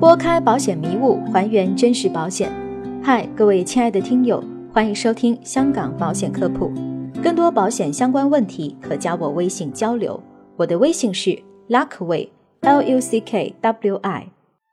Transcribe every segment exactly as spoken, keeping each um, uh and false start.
拨开保险迷雾，还原真实保险。嗨，各位亲爱的听友，欢迎收听香港保险科普。更多保险相关问题可加我微信交流，我的微信是 Luckway L U C K W I。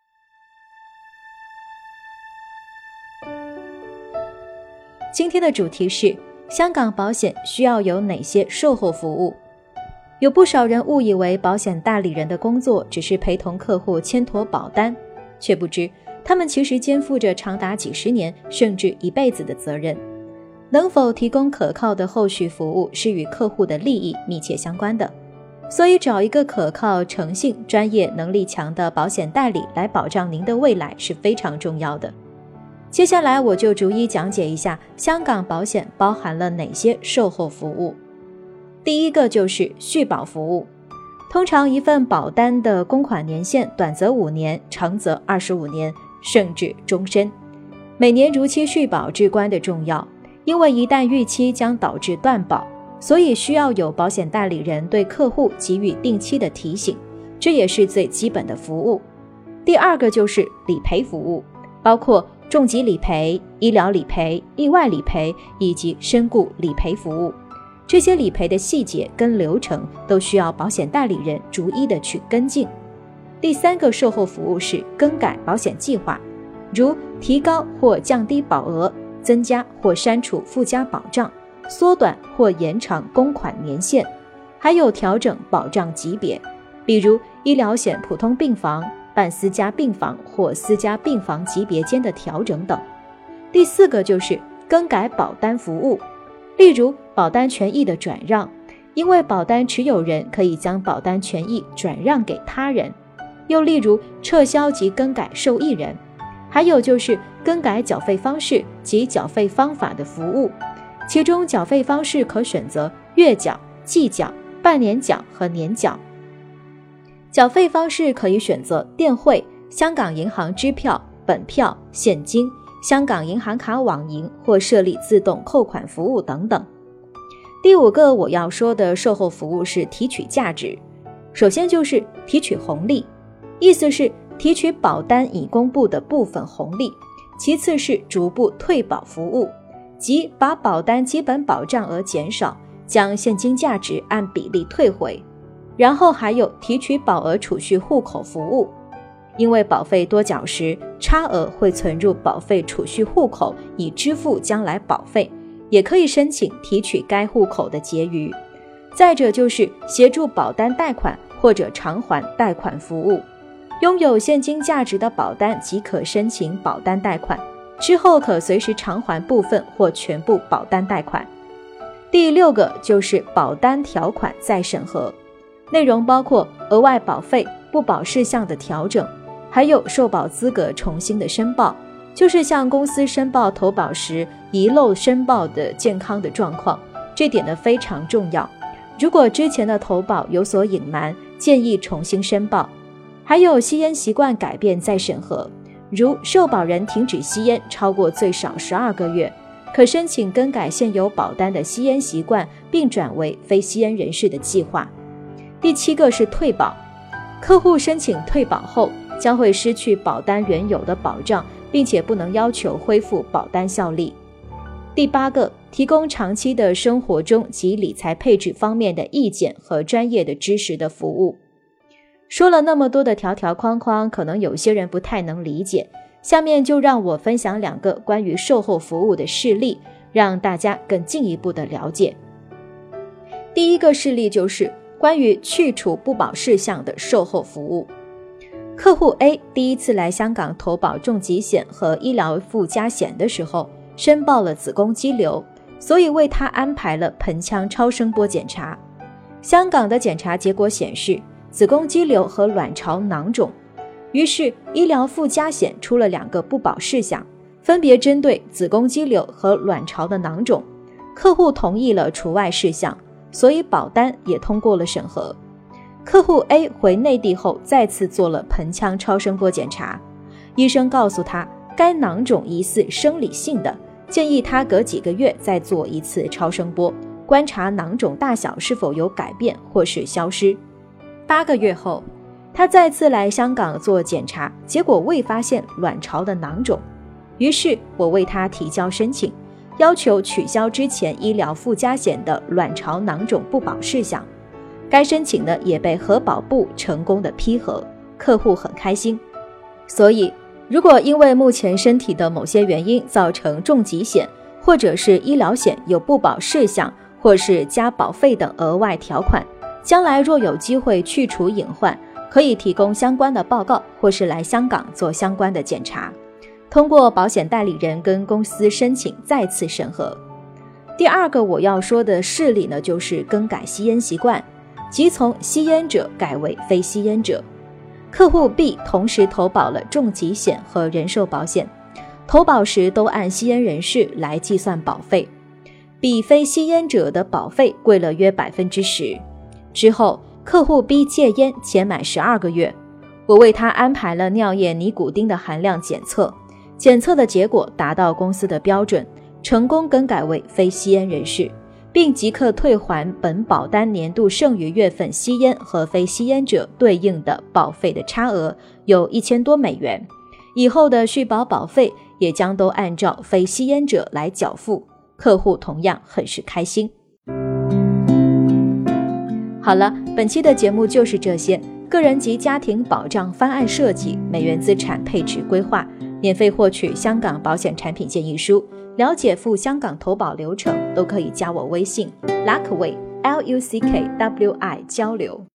今天的主题是香港保险需要有哪些售后服务。有不少人误以为保险代理人的工作只是陪同客户牵妥保单，却不知他们其实肩负着长达几十年甚至一辈子的责任。能否提供可靠的后续服务是与客户的利益密切相关的，所以找一个可靠、诚信、专业、能力强的保险代理来保障您的未来是非常重要的。接下来我就逐一讲解一下香港保险包含了哪些售后服务。第一个就是续保服务。通常一份保单的供款年限短则五年，长则二十五年，甚至终身。每年如期续保至关的重要，因为一旦逾期将导致断保，所以需要有保险代理人对客户给予定期的提醒，这也是最基本的服务。第二个就是理赔服务，包括重疾理赔、医疗理赔、意外理赔以及身故理赔服务。这些理赔的细节跟流程都需要保险代理人逐一的去跟进。第三个售后服务是更改保险计划，如提高或降低保额，增加或删除附加保障，缩短或延长供款年限，还有调整保障级别，比如医疗险普通病房、半私家病房或私家病房级别间的调整等。第四个就是更改保单服务，例如保单权益的转让，因为保单持有人可以将保单权益转让给他人，又例如撤销及更改受益人，还有就是更改缴费方式及缴费方法的服务，其中缴费方式可选择月缴、季缴、半年缴和年缴。缴费方式可以选择电汇、香港银行支票、本票、现金、香港银行卡网银或设立自动扣款服务等等。第五个我要说的售后服务是提取价值。首先就是提取红利，意思是提取保单已公布的部分红利。其次是逐步退保服务，即把保单基本保障额减少，将现金价值按比例退回。然后还有提取保额储蓄户口服务，因为保费多缴时，差额会存入保费储蓄户口以支付将来保费，也可以申请提取该户口的结余。再者就是协助保单贷款或者偿还贷款服务，拥有现金价值的保单即可申请保单贷款，之后可随时偿还部分或全部保单贷款。第六个就是保单条款再审核，内容包括额外保费、不保事项的调整，还有受保资格重新的申报，就是向公司申报投保时遗漏申报的健康的状况，这点呢非常重要。如果之前的投保有所隐瞒，建议重新申报。还有吸烟习惯改变再审核，如受保人停止吸烟超过最少十二个月，可申请更改现有保单的吸烟习惯，并转为非吸烟人士的计划。第七个是退保，客户申请退保后将会失去保单原有的保障，并且不能要求恢复保单效力。第八个，提供长期的生活中及理财配置方面的意见和专业的知识的服务。说了那么多的条条框框，可能有些人不太能理解，下面就让我分享两个关于售后服务的事例，让大家更进一步的了解。第一个事例就是关于去除不保事项的售后服务。客户 A 第一次来香港投保重疾险和医疗附加险的时候，申报了子宫肌瘤，所以为他安排了盆腔超声波检查。香港的检查结果显示子宫肌瘤和卵巢囊肿，于是医疗附加险出了两个不保事项，分别针对子宫肌瘤和卵巢的囊肿，客户同意了除外事项，所以保单也通过了审核。客户 A 回内地后再次做了盆腔超声波检查，医生告诉他该囊肿疑似生理性的，建议他隔几个月再做一次超声波，观察囊肿大小是否有改变或是消失。八个月后， 他再次来香港做检查，结果未发现卵巢的囊肿，于是我为他提交申请，要求取消之前医疗附加险的卵巢囊肿不保事项。该申请呢也被核保部成功的批核，客户很开心。所以如果因为目前身体的某些原因造成重疾险或者是医疗险有不保事项或是加保费等额外条款，将来若有机会去除隐患，可以提供相关的报告或是来香港做相关的检查，通过保险代理人跟公司申请再次审核。第二个我要说的事例呢，就是更改吸烟习惯，即从吸烟者改为非吸烟者。客户 B 同时投保了重疾险和人寿保险，投保时都按吸烟人士来计算保费，比非吸烟者的保费贵了约 百分之十。 之后客户 B 戒烟且满十二个月，我为他安排了尿液尼古丁的含量检测，检测的结果达到公司的标准，成功更改为非吸烟人士，并即刻退还本保单年度剩余月份吸烟和非吸烟者对应的保费的差额，有一千多美元。以后的续保保费也将都按照非吸烟者来缴付，客户同样很是开心。好了，本期的节目就是这些。个人及家庭保障方案设计、美元资产配置规划，免费获取香港保险产品建议书，了解赴香港投保流程，都可以加我微信 Luckwi L U C K W I 交流。